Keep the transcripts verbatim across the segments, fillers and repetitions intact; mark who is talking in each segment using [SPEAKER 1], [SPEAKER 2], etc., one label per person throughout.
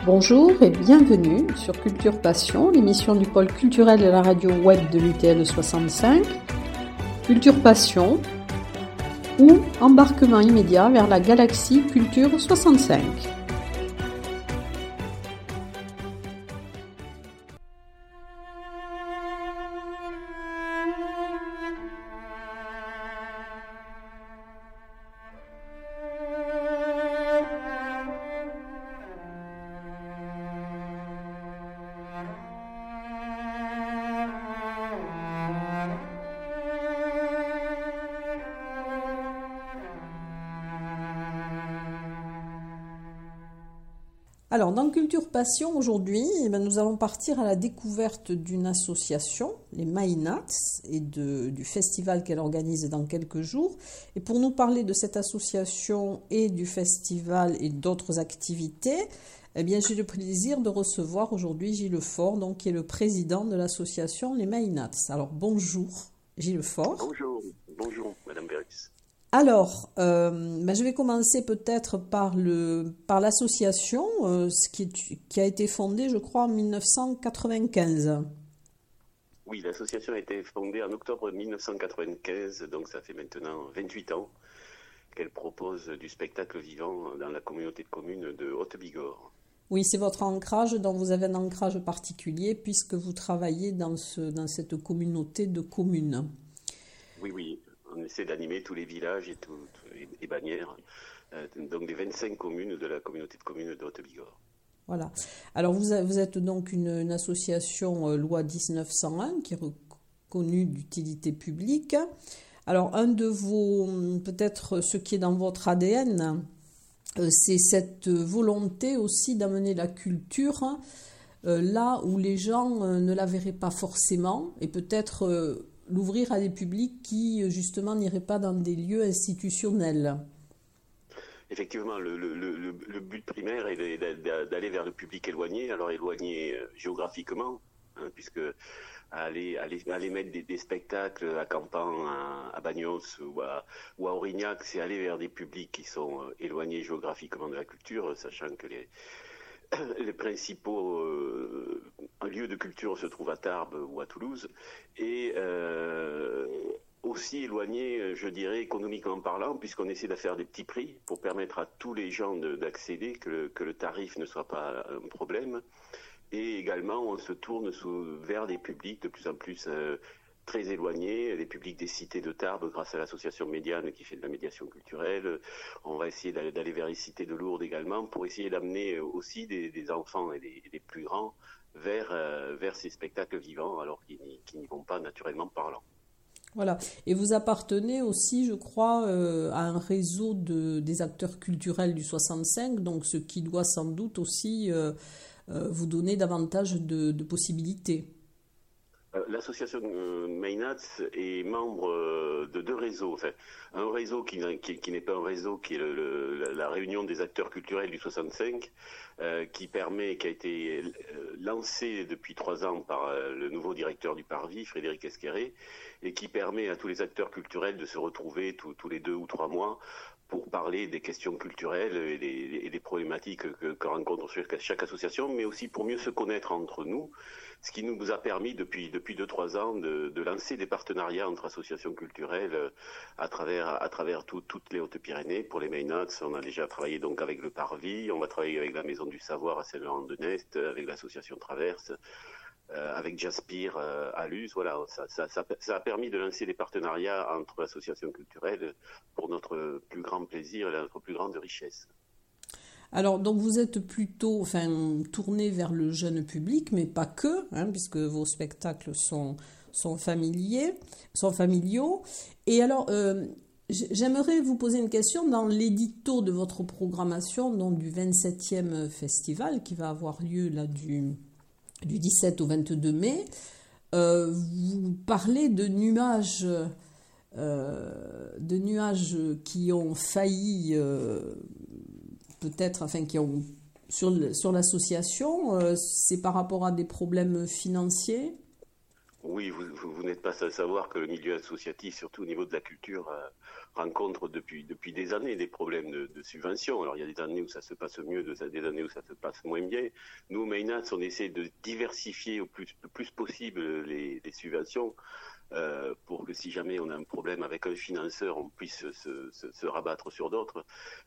[SPEAKER 1] Bonjour et bienvenue sur Culture Passion, l'émission du pôle culturel de la radio web de l'U T L soixante-cinq. Culture Passion ou embarquement immédiat vers la galaxie Culture soixante-cinq. Alors, dans Culture Passion, aujourd'hui, eh bien, nous allons partir à la découverte d'une association, les Mainats, et de, du festival qu'elle organise dans quelques jours. Et pour nous parler de cette association et du festival et d'autres activités, eh bien, j'ai le plaisir de recevoir aujourd'hui Gilles Faure, donc, qui est le président de l'association Les Mainats. Alors, bonjour Gilles Faure.
[SPEAKER 2] Bonjour, bonjour Madame Berris.
[SPEAKER 1] Alors, euh, ben je vais commencer peut-être par, le, par l'association, euh, ce qui, qui a été fondée, je crois, en dix-neuf cent quatre-vingt-quinze.
[SPEAKER 2] Oui, l'association a été fondée en octobre mille neuf cent quatre-vingt-quinze, donc ça fait maintenant vingt-huit ans qu'elle propose du spectacle vivant dans la communauté de communes de Haute-Bigorre.
[SPEAKER 1] Oui, c'est votre ancrage, dont vous avez un ancrage particulier, puisque vous travaillez dans, ce, dans cette communauté de communes.
[SPEAKER 2] Oui, oui. On essaie d'animer tous les villages et, tout, et, et bannières, euh, donc les vingt-cinq communes de la communauté de communes de Haute-Bigorre.
[SPEAKER 1] Voilà. Alors vous, vous êtes donc une, une association euh, loi dix-neuf cent un qui est reconnue d'utilité publique. Alors un de vos, peut-être ce qui est dans votre A D N, euh, c'est cette volonté aussi d'amener la culture euh, là où les gens euh, ne la verraient pas forcément et peut-être... Euh, l'ouvrir à des publics qui, justement, n'iraient pas dans des lieux institutionnels.
[SPEAKER 2] Effectivement, le, le, le, le but primaire est d'aller vers le public éloigné, alors éloigné géographiquement, hein, puisque aller, aller, aller mettre des, des spectacles à Campan, à, à Bagnos ou à, ou à Aurignac, c'est aller vers des publics qui sont éloignés géographiquement de la culture, sachant que les... Les principaux euh, lieux de culture se trouvent à Tarbes ou à Toulouse et euh, aussi éloignés, je dirais, économiquement parlant, puisqu'on essaie de faire des petits prix pour permettre à tous les gens de, d'accéder, que le, que le tarif ne soit pas un problème. Et également, on se tourne sous, vers des publics de plus en plus euh, très éloignés, les publics des cités de Tarbes grâce à l'association Médiane qui fait de la médiation culturelle. On va essayer d'aller, d'aller vers les cités de Lourdes également pour essayer d'amener aussi des, des enfants et des, des plus grands vers, euh, vers ces spectacles vivants alors qu'ils, qu'ils n'y vont pas naturellement parlant.
[SPEAKER 1] Voilà. Et vous appartenez aussi, je crois, euh, à un réseau de, des acteurs culturels du soixante-cinq, donc ce qui doit sans doute aussi euh, euh, vous donner davantage de, de possibilités.
[SPEAKER 2] L'association Mainats est membre de deux réseaux. Enfin, un réseau qui, qui, qui n'est pas un réseau, qui est le, le, la réunion des acteurs culturels du soixante-cinq, euh, qui permet, qui a été lancé depuis trois ans par le nouveau directeur du Parvis, Frédéric Esqueré, et qui permet à tous les acteurs culturels de se retrouver tous, tous les deux ou trois mois pour parler des questions culturelles et des, et des problématiques que, que rencontre chaque, chaque association, mais aussi pour mieux se connaître entre nous. Ce qui nous a permis depuis depuis deux trois ans de, de lancer des partenariats entre associations culturelles à travers à travers tout, toutes les Hautes-Pyrénées. Pour les Mainats, on a déjà travaillé donc avec le Parvis, on va travailler avec la Maison du Savoir à Saint-Laurent-de-Nest, avec l'association Traverse, euh, avec Jaspire euh, à Luz. Voilà, ça, ça, ça, ça a permis de lancer des partenariats entre associations culturelles pour notre plus grand plaisir et notre plus grande richesse.
[SPEAKER 1] Alors, donc vous êtes plutôt enfin, tourné vers le jeune public, mais pas que, hein, puisque vos spectacles sont, sont, familiers, sont familiaux. Et alors, euh, j'aimerais vous poser une question. Dans l'édito de votre programmation, donc du vingt-septième festival, qui va avoir lieu là, du, du dix-sept au vingt-deux mai, euh, vous parlez de nuages, euh, de nuages qui ont failli... Euh, peut-être, enfin, qui ont sur, sur l'association, euh, c'est par rapport à des problèmes financiers?
[SPEAKER 2] Oui, vous, vous, vous n'êtes pas sans savoir que le milieu associatif, surtout au niveau de la culture, euh, rencontre depuis, depuis des années des problèmes de, de subventions. Alors il y a des années où ça se passe mieux, des années où ça se passe moins bien. Nous, au Mainats, on essaie de diversifier au plus, le plus possible les, les subventions. Euh, pour que si jamais on a un problème avec un financeur, on puisse se, se, se rabattre sur d'autres.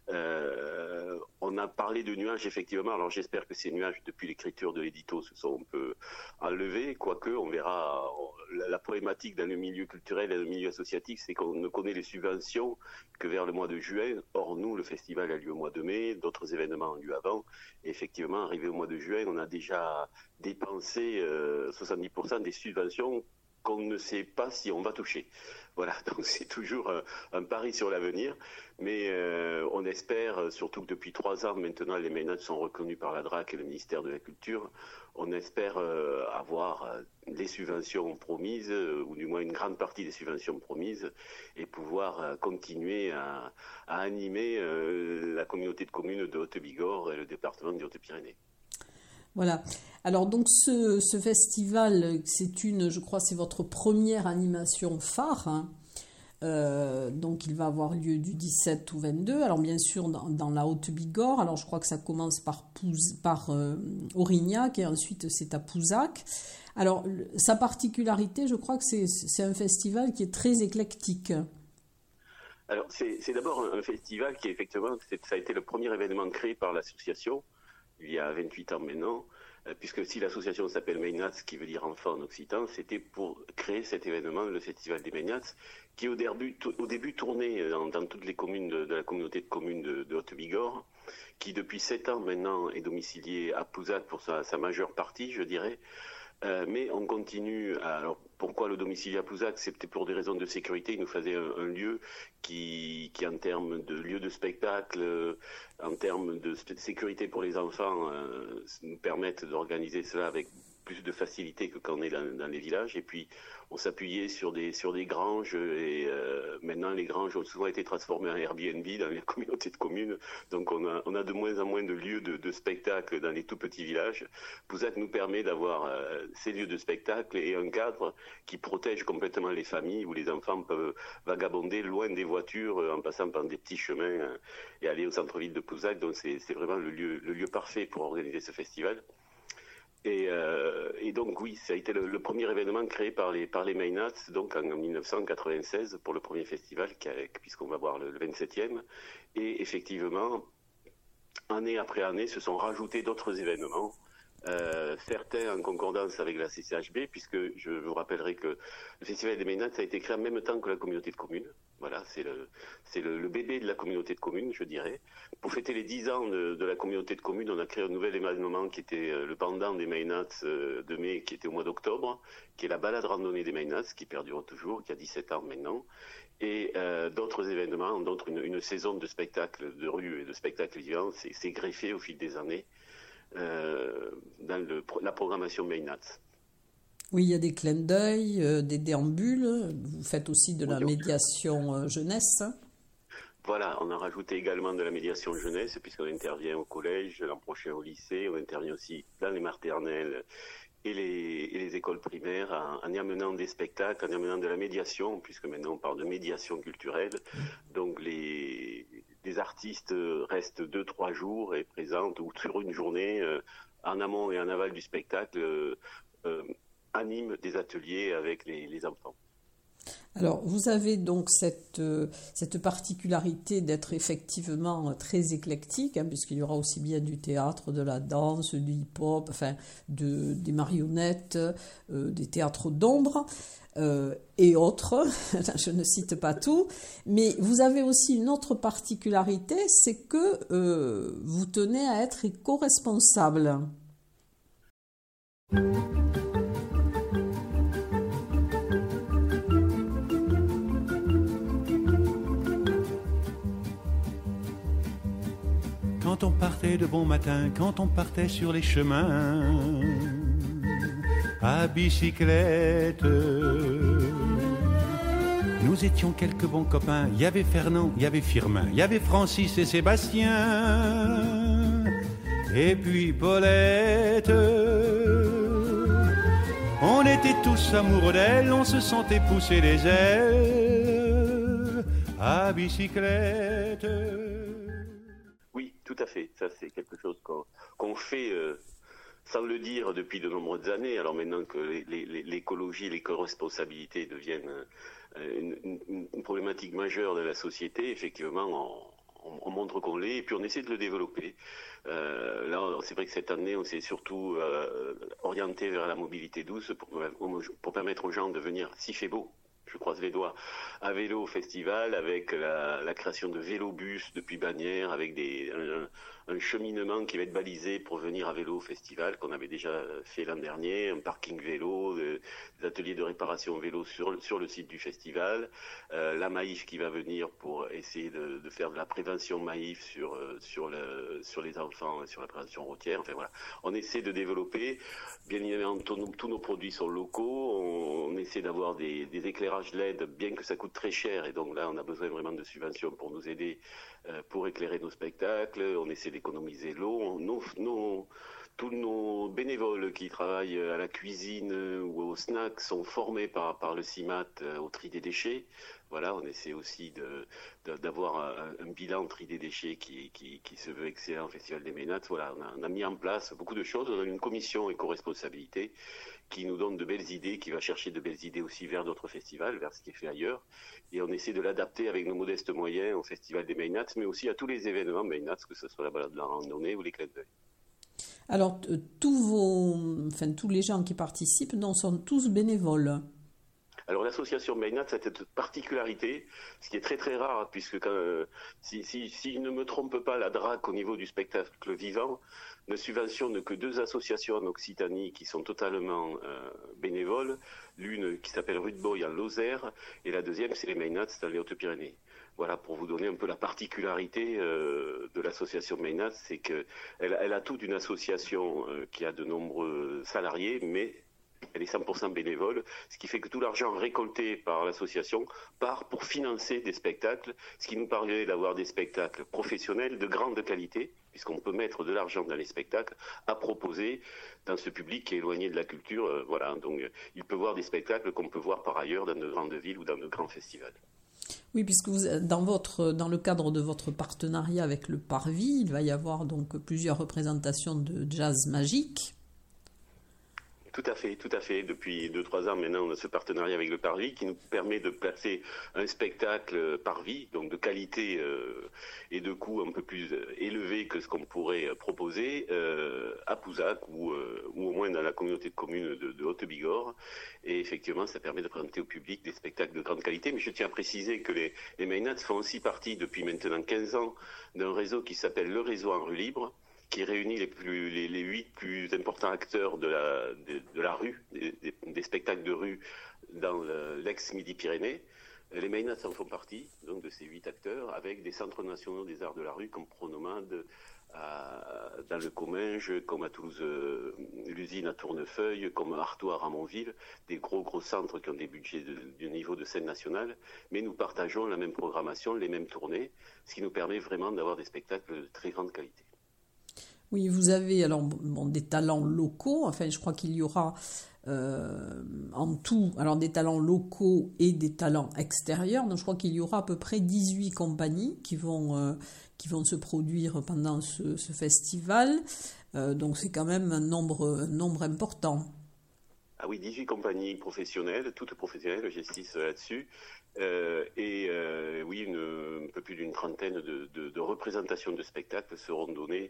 [SPEAKER 2] Euh, on a parlé de nuages, effectivement. Alors j'espère que ces nuages, depuis l'écriture de l'édito, se sont un peu enlevés. Quoique, on verra la, la problématique dans le milieu culturel et le milieu associatif, c'est qu'on ne connaît les subventions que vers le mois de juin. Or, nous, le festival a lieu au mois de mai, d'autres événements ont lieu avant. Et effectivement, arrivé au mois de juin, on a déjà dépensé euh, soixante-dix pour cent des subventions qu'on ne sait pas si on va toucher. Voilà, donc c'est toujours un, un pari sur l'avenir, mais euh, on espère, surtout que depuis trois ans maintenant, les Mainats sont reconnus par la D R A C et le ministère de la Culture, on espère euh, avoir euh, les subventions promises, euh, ou du moins une grande partie des subventions promises, et pouvoir euh, continuer à, à animer euh, la communauté de communes de Haute-Bigorre et le département des Hautes-Pyrénées.
[SPEAKER 1] Voilà. Alors donc ce, ce festival, c'est une, je crois, c'est votre première animation phare. Hein. Euh, donc il va avoir lieu du dix-sept au vingt-deux. Alors bien sûr dans, dans la Haute-Bigorre. Alors je crois que ça commence par, Pouz, par euh, Aurignac et ensuite c'est à Pouzac. Alors sa particularité, je crois que c'est, c'est un festival qui est très éclectique.
[SPEAKER 2] Alors c'est, c'est d'abord un, un festival qui effectivement, c'est, ça a été le premier événement créé par l'association. Il y a vingt-huit ans maintenant, euh, puisque si l'association s'appelle Mainats, ce qui veut dire enfant en occitan, c'était pour créer cet événement, le Festival des Mainats, qui au début, t- au début tournait dans, dans toutes les communes de, de la communauté de communes de, de Haute-Bigorre, qui depuis sept ans maintenant est domicilié à Pouzac pour sa, sa majeure partie, je dirais. Euh, mais on continue. À, alors pourquoi le domicile à Pouzac? C'était pour des raisons de sécurité. Il nous fallait un, un lieu qui, qui, en termes de lieu de spectacle, euh, en termes de sécurité pour les enfants, euh, nous permettent d'organiser cela avec plus de facilité que quand on est dans, dans les villages. Et puis on s'appuyait sur des sur des granges et euh, maintenant les granges ont souvent été transformées en Airbnb dans les communautés de communes. Donc on a on a de moins en moins de lieux de, de spectacle dans les tout petits villages. Pouzac nous permet d'avoir euh, ces lieux de spectacle et un cadre qui protège complètement les familles où les enfants peuvent vagabonder loin des voitures en passant par des petits chemins euh, et aller au centre-ville de Pouzac. Donc c'est c'est vraiment le lieu le lieu parfait pour organiser ce festival. Et, euh, et donc oui, ça a été le, le premier événement créé par les par les Mainats, donc en, en dix-neuf cent quatre-vingt-seize pour le premier festival, qui a, puisqu'on va voir le, le vingt-septième. Et effectivement, année après année, se sont rajoutés d'autres événements. Euh, certains en concordance avec la C C H B, puisque je vous rappellerai que le Festival des Mainats a été créé en même temps que la communauté de communes. Voilà, c'est le c'est le, le bébé de la communauté de communes, je dirais. Pour fêter les dix ans de, de la communauté de communes, on a créé un nouvel événement qui était le pendant des Mainats de mai, qui était au mois d'octobre, qui est la balade randonnée des Mainats, qui perdure toujours, qui a dix-sept ans maintenant. Et euh, d'autres événements, d'autres une, une saison de spectacles de rue et de spectacles vivants, c'est, c'est greffé au fil des années. Euh, dans le, la programmation Mainats.
[SPEAKER 1] Oui, il y a des clins d'œil, euh, des déambules. Vous faites aussi de la oui, médiation euh, jeunesse.
[SPEAKER 2] Voilà, on a rajouté également de la médiation jeunesse, puisqu'on intervient au collège, l'an prochain au lycée, on intervient aussi dans les maternelles et les, et les écoles primaires, en, en y amenant des spectacles, en y amenant de la médiation, puisque maintenant on parle de médiation culturelle. Donc les... des artistes restent deux, trois jours et présentent, ou sur une journée, euh, en amont et en aval du spectacle, euh, euh, animent des ateliers avec les, les enfants.
[SPEAKER 1] Alors, vous avez donc cette, euh, cette particularité d'être effectivement très éclectique, hein, puisqu'il y aura aussi bien du théâtre, de la danse, du hip-hop, enfin, de, des marionnettes, euh, des théâtres d'ombre. Euh, et autres, je ne cite pas tout, mais vous avez aussi une autre particularité, c'est que euh, vous tenez à être éco-responsable.
[SPEAKER 3] Quand on partait de bon matin, quand on partait sur les chemins à bicyclette, nous étions quelques bons copains. Il y avait Fernand, il y avait Firmin, il y avait Francis et Sébastien, et puis Paulette. On était était tous amoureux d'elle, on se sentait pousser les ailes à bicyclette.
[SPEAKER 2] Oui, tout à fait. Ça, c'est quelque chose qu'on, qu'on fait euh, sans le dire depuis de nombreuses années. Alors maintenant que les, les, l'écologie et l'éco-responsabilité deviennent euh, une, une, une problématique majeure de la société, effectivement, on, on, on montre qu'on l'est et puis on essaie de le développer. Euh, là, c'est vrai que cette année, on s'est surtout euh, orienté vers la mobilité douce pour, pour permettre aux gens de venir, s'il fait beau, je croise les doigts, à vélo au festival, avec la, la création de vélobus depuis Bagnères, avec des, un, un cheminement qui va être balisé pour venir à vélo au festival, qu'on avait déjà fait l'an dernier, un parking vélo, des, des ateliers de réparation vélo sur, sur le site du festival, euh, la Maïf qui va venir pour essayer de, de faire de la prévention Maïf sur, sur, le, sur les enfants, sur la prévention routière. Enfin voilà, on essaie de développer. Bien évidemment, tous, tous nos produits sont locaux, on, on essaie d'avoir des, des éclairages L E D, bien que ça coûte très cher, et donc là on a besoin vraiment de subventions pour nous aider euh, pour éclairer nos spectacles. On essaie d'économiser l'eau. Nos, nos, tous nos bénévoles qui travaillent à la cuisine ou au snack sont formés par, par le CIMAT euh, au tri des déchets. Voilà, on essaie aussi de, de, d'avoir un, un bilan tri des déchets qui, qui, qui se veut excellent au Festival des Ménats. Voilà, on a, on a mis en place beaucoup de choses. On a une commission éco-responsabilité qui nous donne de belles idées, qui va chercher de belles idées aussi vers d'autres festivals, vers ce qui est fait ailleurs. Et on essaie de l'adapter avec nos modestes moyens au Festival des Maynats, mais aussi à tous les événements Maynats, que ce soit la balade de la randonnée ou les clins d'œil.
[SPEAKER 1] Alors, t- tous vos, enfin, tous les gens qui participent non, sont tous bénévoles.
[SPEAKER 2] Alors l'association Maynats a cette particularité, ce qui est très très rare, puisque quand, euh, si, si, si je ne me trompe pas, la D R A C au niveau du spectacle vivant ne subventionne que deux associations en Occitanie qui sont totalement euh, bénévoles, l'une qui s'appelle Rude Boy en Lozère, et la deuxième c'est les Maynats dans les Hautes-Pyrénées. Voilà, pour vous donner un peu la particularité euh, de l'association Maynats, c'est qu'elle elle a tout d'une association euh, qui a de nombreux salariés, mais elle est cent pour cent bénévole, ce qui fait que tout l'argent récolté par l'association part pour financer des spectacles, ce qui nous permet d'avoir des spectacles professionnels de grande qualité, puisqu'on peut mettre de l'argent dans les spectacles à proposer dans ce public qui est éloigné de la culture. Euh, voilà, donc il peut voir des spectacles qu'on peut voir par ailleurs dans de grandes villes ou dans de grands festivals.
[SPEAKER 1] Oui, puisque vous, dans, votre, dans le cadre de votre partenariat avec le Parvis, il va y avoir donc plusieurs représentations de jazz magique.
[SPEAKER 2] Tout à fait, tout à fait. Depuis deux trois ans maintenant, on a ce partenariat avec le Parvis qui nous permet de placer un spectacle Parvis, donc de qualité euh, et de coût un peu plus élevé que ce qu'on pourrait proposer euh, à Pouzac ou, euh, ou au moins dans la communauté de communes de, de Haute-Bigorre. Et effectivement, ça permet de présenter au public des spectacles de grande qualité. Mais je tiens à préciser que les, les Maynats font aussi partie depuis maintenant quinze ans d'un réseau qui s'appelle le Réseau en rue libre, qui réunit les plus les, les huit plus importants acteurs de la de, de la rue, des, des, des spectacles de rue dans le, l'ex-Midi-Pyrénées. Les Maynats en font partie, donc de ces huit acteurs, avec des centres nationaux des arts de la rue comme Pronomade à, dans le Comminges, comme à Toulouse, euh, l'usine à Tournefeuille, comme Artois à Ramonville, des gros gros centres qui ont des budgets de, du niveau de scène nationale, mais nous partageons la même programmation, les mêmes tournées, ce qui nous permet vraiment d'avoir des spectacles de très grande qualité.
[SPEAKER 1] Oui, vous avez alors bon, des talents locaux, enfin je crois qu'il y aura euh, en tout alors des talents locaux et des talents extérieurs, donc je crois qu'il y aura à peu près dix-huit compagnies qui vont, euh, qui vont se produire pendant ce, ce festival, euh, donc c'est quand même un nombre, un nombre important.
[SPEAKER 2] Ah oui, dix-huit compagnies professionnelles, toutes professionnelles, j'insiste là-dessus, euh, et euh, oui, une, un peu plus d'une trentaine de, de, de représentations de spectacles seront données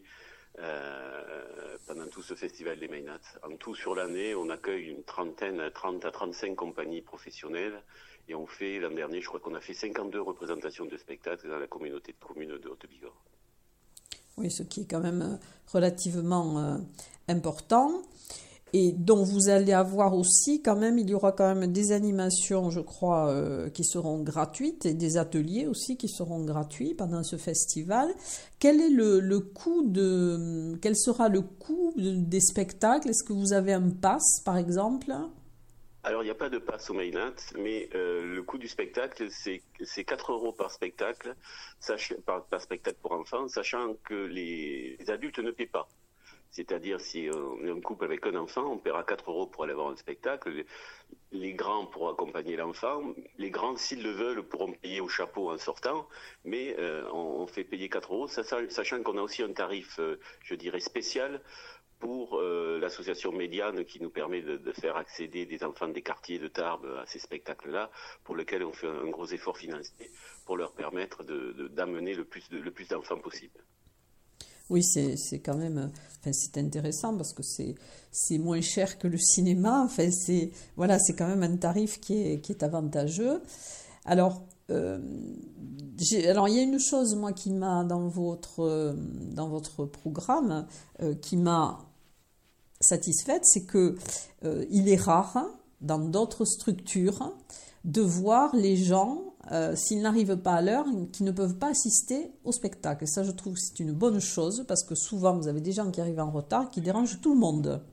[SPEAKER 2] Euh, pendant tout ce festival des Maynats. En tout, sur l'année, on accueille une trentaine, trente à trente-cinq compagnies professionnelles et on fait, l'an dernier, je crois qu'on a fait cinquante-deux représentations de spectacles dans la communauté de communes de Haute-Bigorre.
[SPEAKER 1] Oui, ce qui est quand même relativement euh, important. Et dont vous allez avoir aussi, quand même, il y aura quand même des animations, je crois, euh, qui seront gratuites et des ateliers aussi qui seront gratuits pendant ce festival. Quel est le, le coût de, quel sera le coût de, des spectacles? Est-ce que vous avez un pass, par exemple?
[SPEAKER 2] Alors, il n'y a pas de pass au Maynat, mais euh, le coût du spectacle, c'est, c'est quatre euros par spectacle, sach- par, par spectacle pour enfants, sachant que les, les adultes ne paient pas. C'est-à-dire, si on est un couple avec un enfant, on paiera quatre euros pour aller voir un spectacle. Les grands pourront accompagner l'enfant. Les grands, s'ils le veulent, pourront payer au chapeau en sortant. Mais euh, on, on fait payer quatre euros, sachant qu'on a aussi un tarif, euh, je dirais, spécial pour euh, l'association Médiane qui nous permet de, de faire accéder des enfants des quartiers de Tarbes à ces spectacles-là, pour lesquels on fait un gros effort financier pour leur permettre de, de, d'amener le plus, de, le plus d'enfants possible.
[SPEAKER 1] Oui, c'est, c'est quand même, enfin, c'est intéressant parce que c'est, c'est moins cher que le cinéma. Enfin, c'est, voilà, c'est quand même un tarif qui est, qui est avantageux. Alors, euh, j'ai, alors, il y a une chose, moi, qui m'a, dans votre, euh, dans votre programme, euh, qui m'a satisfaite, c'est que euh, il est rare, dans d'autres structures, de voir les gens, euh, s'ils n'arrivent pas à l'heure, qui ne peuvent pas assister au spectacle. Et ça, je trouve que c'est une bonne chose, parce que souvent, vous avez des gens qui arrivent en retard, qui dérangent tout le monde.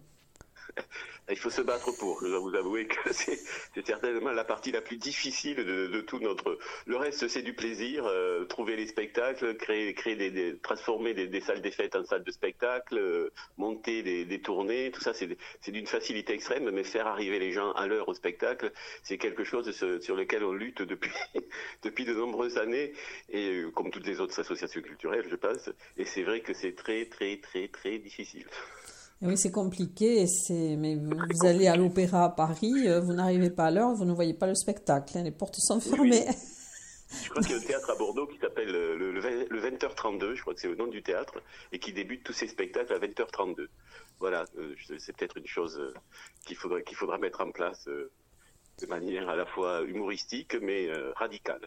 [SPEAKER 2] Il faut se battre pour. Je dois vous avouer que c'est, c'est certainement la partie la plus difficile de, de tout notre. Le reste, c'est du plaisir. Euh, trouver les spectacles, créer, créer des, des transformer des, des salles des fêtes en salles de spectacle, euh, monter des, des tournées. Tout ça, c'est, c'est d'une facilité extrême. Mais faire arriver les gens à l'heure au spectacle, c'est quelque chose sur, sur lequel on lutte depuis depuis de nombreuses années. Et euh, comme toutes les autres associations culturelles, je pense. Et c'est vrai que c'est très, très, très, très difficile.
[SPEAKER 1] Oui, c'est compliqué, c'est... mais vous, vous allez à l'Opéra à Paris, vous n'arrivez pas à l'heure, vous ne voyez pas le spectacle, hein, les portes sont fermées.
[SPEAKER 2] Oui, oui. Je crois qu'il y a un théâtre à Bordeaux qui s'appelle le, le, le vingt heures trente-deux, je crois que c'est le nom du théâtre, et qui débute tous ses spectacles à vingt heures trente-deux. Voilà, euh, c'est peut-être une chose euh, qu'il faudra, qu'il faudra mettre en place euh, de manière à la fois humoristique, mais euh, radicale.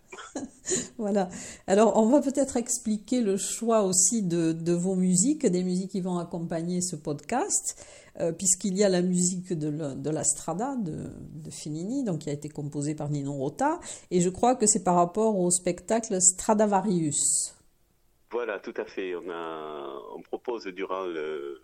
[SPEAKER 1] Voilà. Alors, on va peut-être expliquer le choix aussi de, de vos musiques, des musiques qui vont accompagner ce podcast, euh, puisqu'il y a la musique de, le, de la Strada de, de Fellini, donc qui a été composée par Nino Rota, et je crois que c'est par rapport au spectacle Stradavarius.
[SPEAKER 2] Voilà, tout à fait. On, a, on propose durant le...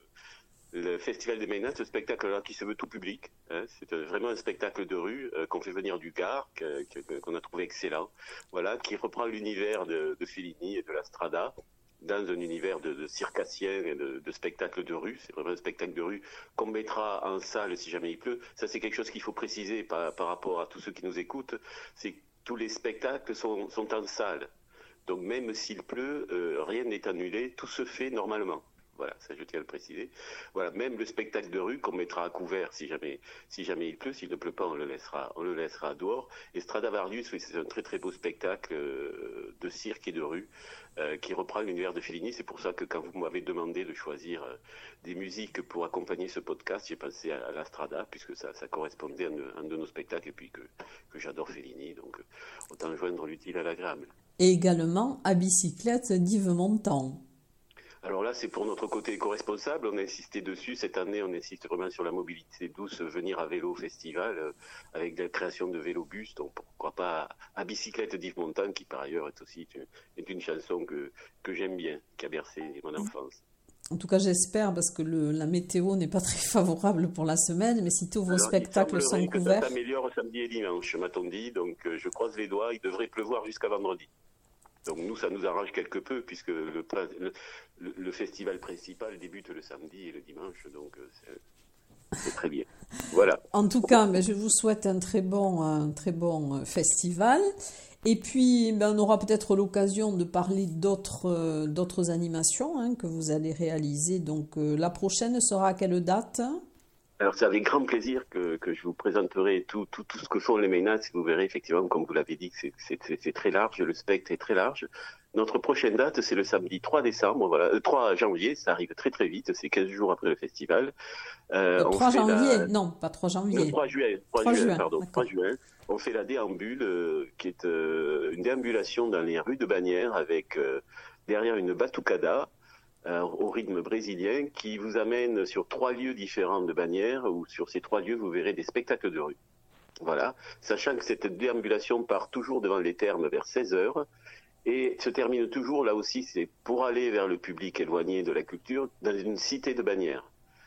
[SPEAKER 2] le Festival des Ménages, ce spectacle-là qui se veut tout public, hein, c'est vraiment un spectacle de rue euh, qu'on fait venir du Gard, que, que, qu'on a trouvé excellent, voilà, qui reprend l'univers de, de Fellini et de la Strada dans un univers de, de circassien et de, de spectacle de rue. C'est vraiment un spectacle de rue qu'on mettra en salle si jamais il pleut. Ça, c'est quelque chose qu'il faut préciser par, par rapport à tous ceux qui nous écoutent, c'est que tous les spectacles sont, sont en salle. Donc même s'il pleut, euh, rien n'est annulé, tout se fait normalement. Voilà, ça je tiens à le préciser. Voilà, même le spectacle de rue qu'on mettra à couvert si jamais, si jamais il pleut, s'il ne pleut pas, on le laissera, on le laissera dehors. Et Stradavarius, oui, c'est un très très beau spectacle euh, de cirque et de rue euh, qui reprend l'univers de Fellini. C'est pour ça que quand vous m'avez demandé de choisir euh, des musiques pour accompagner ce podcast, j'ai pensé à, à la Strada puisque ça, ça correspondait à un de, un de nos spectacles et puis que, que j'adore Fellini, donc euh, autant joindre l'utile à l'agréable.
[SPEAKER 1] Et également à bicyclette d'Yves Montand.
[SPEAKER 2] Alors là, c'est pour notre côté éco-responsable. On a insisté dessus. Cette année, on insiste vraiment sur la mobilité douce, venir à vélo au festival, euh, avec la création de vélobus. Donc pourquoi pas à, à bicyclette d'Yves Montand, qui par ailleurs est aussi une, est une chanson que, que j'aime bien, qui a bercé mon enfance.
[SPEAKER 1] En tout cas, j'espère, parce que le, la météo n'est pas très favorable pour la semaine, mais si tous vos Alors, spectacles sont couverts...
[SPEAKER 2] Ça s'améliore samedi et dimanche, m'a-t-on dit. Donc euh, je croise les doigts. Il devrait pleuvoir jusqu'à vendredi. Donc nous, ça nous arrange quelque peu, puisque le, le, le festival principal débute le samedi et le dimanche, donc c'est, c'est très bien. Voilà.
[SPEAKER 1] En tout cas, ben, je vous souhaite un très bon, un très bon festival. Et puis, ben, on aura peut-être l'occasion de parler d'autres, euh, d'autres animations hein, que vous allez réaliser. Donc euh, la prochaine sera à quelle date ?
[SPEAKER 2] Alors c'est avec grand plaisir que, que je vous présenterai tout, tout, tout ce que font les Ménages. Vous verrez effectivement, comme vous l'avez dit, que c'est, c'est, c'est, c'est très large, le spectre est très large. Notre prochaine date, c'est le samedi trois décembre, voilà, euh, trois janvier, ça arrive très très vite, c'est quinze jours après le festival.
[SPEAKER 1] Euh, le trois janvier, la... non, pas trois janvier.
[SPEAKER 2] Le trois juin, trois
[SPEAKER 1] trois
[SPEAKER 2] juin,
[SPEAKER 1] juin
[SPEAKER 2] pardon, trois juin. On fait la déambule, euh, qui est euh, une déambulation dans les rues de Bagnères avec euh, derrière une batucada. Euh, au rythme brésilien, qui vous amène sur trois lieux différents de Bagnères, où sur ces trois lieux, vous verrez des spectacles de rue. Voilà. Sachant que cette déambulation part toujours devant les thermes vers seize heures, et se termine toujours, là aussi, c'est pour aller vers le public éloigné de la culture, dans une cité de Bagnères.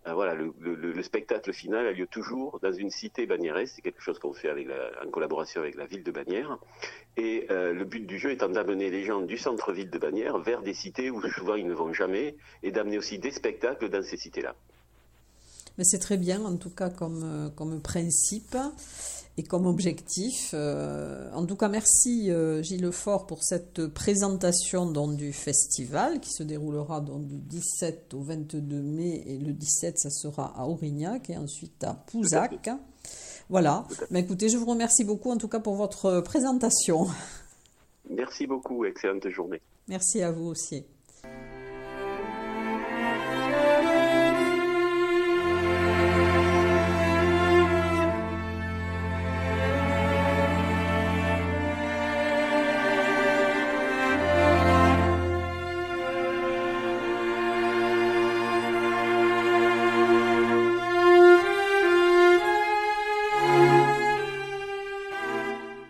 [SPEAKER 2] euh, voilà, le, le, le spectacle final a lieu toujours dans une cité bagnères. C'est quelque chose qu'on fait avec la, en collaboration avec la ville de Bagnères. Et euh, le but du jeu étant d'amener les gens du centre-ville de Bagnères vers des cités où souvent ils ne vont jamais, et d'amener aussi des spectacles dans ces cités-là.
[SPEAKER 1] Mais c'est très bien, en tout cas, comme, comme principe et comme objectif. Euh, en tout cas, merci euh, Gilles Faure pour cette présentation donc, du festival qui se déroulera donc, du dix-sept au vingt-deux mai. Et le dix-sept, ça sera à Aurignac et ensuite à Pouzac. Voilà. Mais écoutez, je vous remercie beaucoup, en tout cas, pour votre présentation.
[SPEAKER 2] Merci beaucoup. Excellente journée.
[SPEAKER 1] Merci à vous aussi.